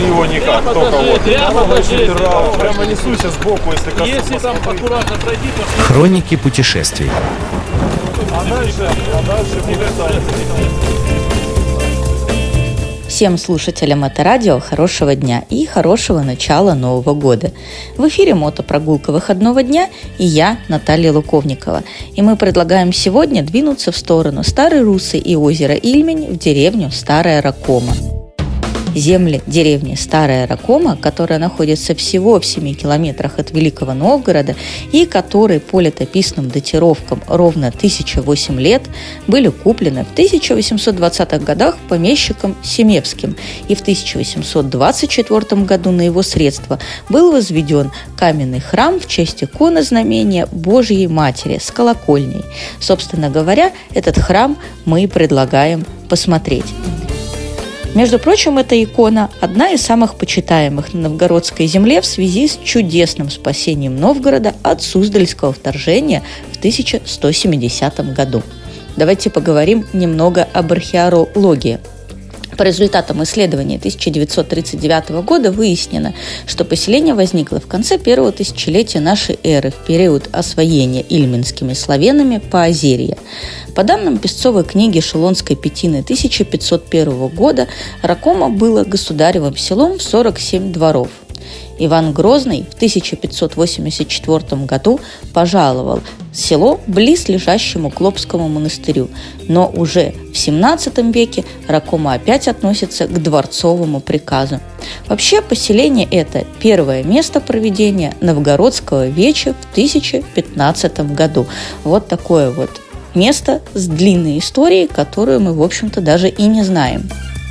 него никак, только вот. Прямо несусь сбоку, если коснусь. Если там аккуратно пройти, то... Хроники путешествий. А дальше будет... Всем слушателям Моторадио хорошего дня и хорошего начала Нового года. В эфире мотопрогулка выходного дня и я, Наталья Луковникова. И мы предлагаем сегодня двинуться в сторону Старой Руссы и озера Ильмень в деревню Старая Ракома. Земли деревни Старая Ракома, которая находится всего в 7 километрах от Великого Новгорода и которой по летописным датировкам ровно 1008 лет, были куплены в 1820-х годах помещиком Семевским, и в 1824 году на его средства был возведен каменный храм в честь иконы знамения Божьей Матери с колокольней. Собственно говоря, этот храм мы предлагаем посмотреть. Между прочим, эта икона – одна из самых почитаемых на новгородской земле в связи с чудесным спасением Новгорода от Суздальского вторжения в 1170 году. Давайте поговорим немного об археологии. По результатам исследований 1939 года выяснено, что поселение возникло в конце первого тысячелетия нашей эры, в период освоения ильменскими славянами Поозерья. По данным песцовой книги Шелонской Петины 1501 года, Ракома было государевым селом в 47 дворов. Иван Грозный в 1584 году пожаловал село близлежащему Клопскому монастырю, но уже в 17 веке Ракома опять относится к дворцовому приказу. Вообще, поселение это первое место проведения новгородского веча в 1015 году. Вот такое вот место с длинной историей, которую мы, в общем-то, даже и не знаем.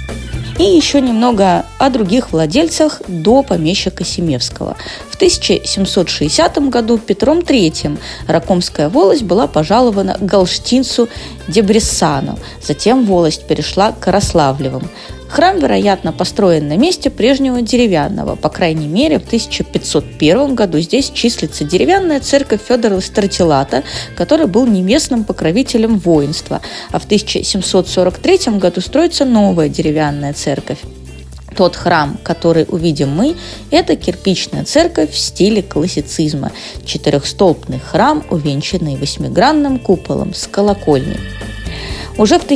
И еще немного о других владельцах до помещика Семевского. В 1760 году Петром III Ракомская волость была пожалована галштинцу Дебрессану. Затем волость перешла к Ярославлевым. Храм, вероятно, построен на месте прежнего деревянного. По крайней мере, в 1501 году здесь числится деревянная церковь Федора Стратилата, который был небесным покровителем воинства. А в 1743 году строится новая деревянная церковь. Тот храм, который увидим мы, это кирпичная церковь в стиле классицизма. Четырехстолбный храм, увенчанный восьмигранным куполом с колокольней. Уже в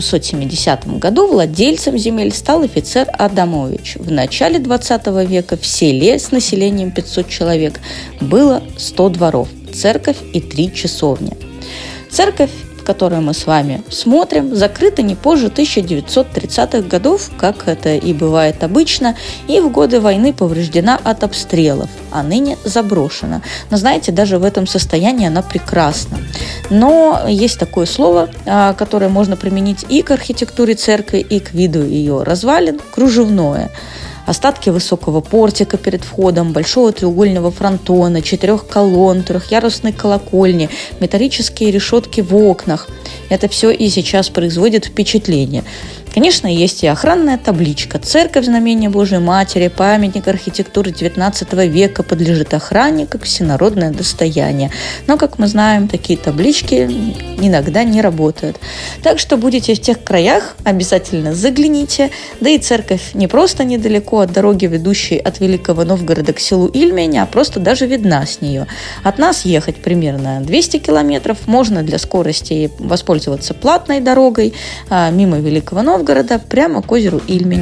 1870 году владельцем земель стал офицер Адамович. В начале 20 века в селе с населением 500 человек было 100 дворов, церковь и 3 часовни. Церковь, которую мы с вами смотрим, закрыта не позже 1930-х годов, как это и бывает обычно, и в годы войны повреждена от обстрелов, а ныне заброшена. Но знаете, даже в этом состоянии она прекрасна. Но есть такое слово, которое можно применить и к архитектуре церкви, и к виду ее развалин – кружевное. Остатки высокого портика перед входом, большого треугольного фронтона, 4 колонн, трехъярусной колокольни, металлические решетки в окнах. Это все и сейчас производит впечатление. Конечно, есть и охранная табличка. Церковь Знамения Божией Матери, памятник архитектуры XIX века, подлежит охране как всенародное достояние. Но, как мы знаем, такие таблички иногда не работают. Так что будете в тех краях, обязательно загляните. Да и церковь не просто недалеко от дороги, ведущей от Великого Новгорода к селу Ильмень, а просто даже видна с нее. От нас ехать примерно 200 километров. Можно для скорости воспользоваться платной дорогой мимо Великого Новгорода прямо к озеру Ильмень.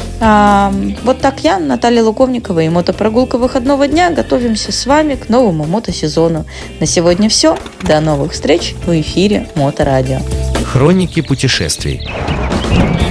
Вот так я, Наталья Луковникова и мотопрогулка выходного дня готовимся с вами к новому мотосезону. На сегодня все. До новых встреч в эфире Моторадио. Хроники путешествий.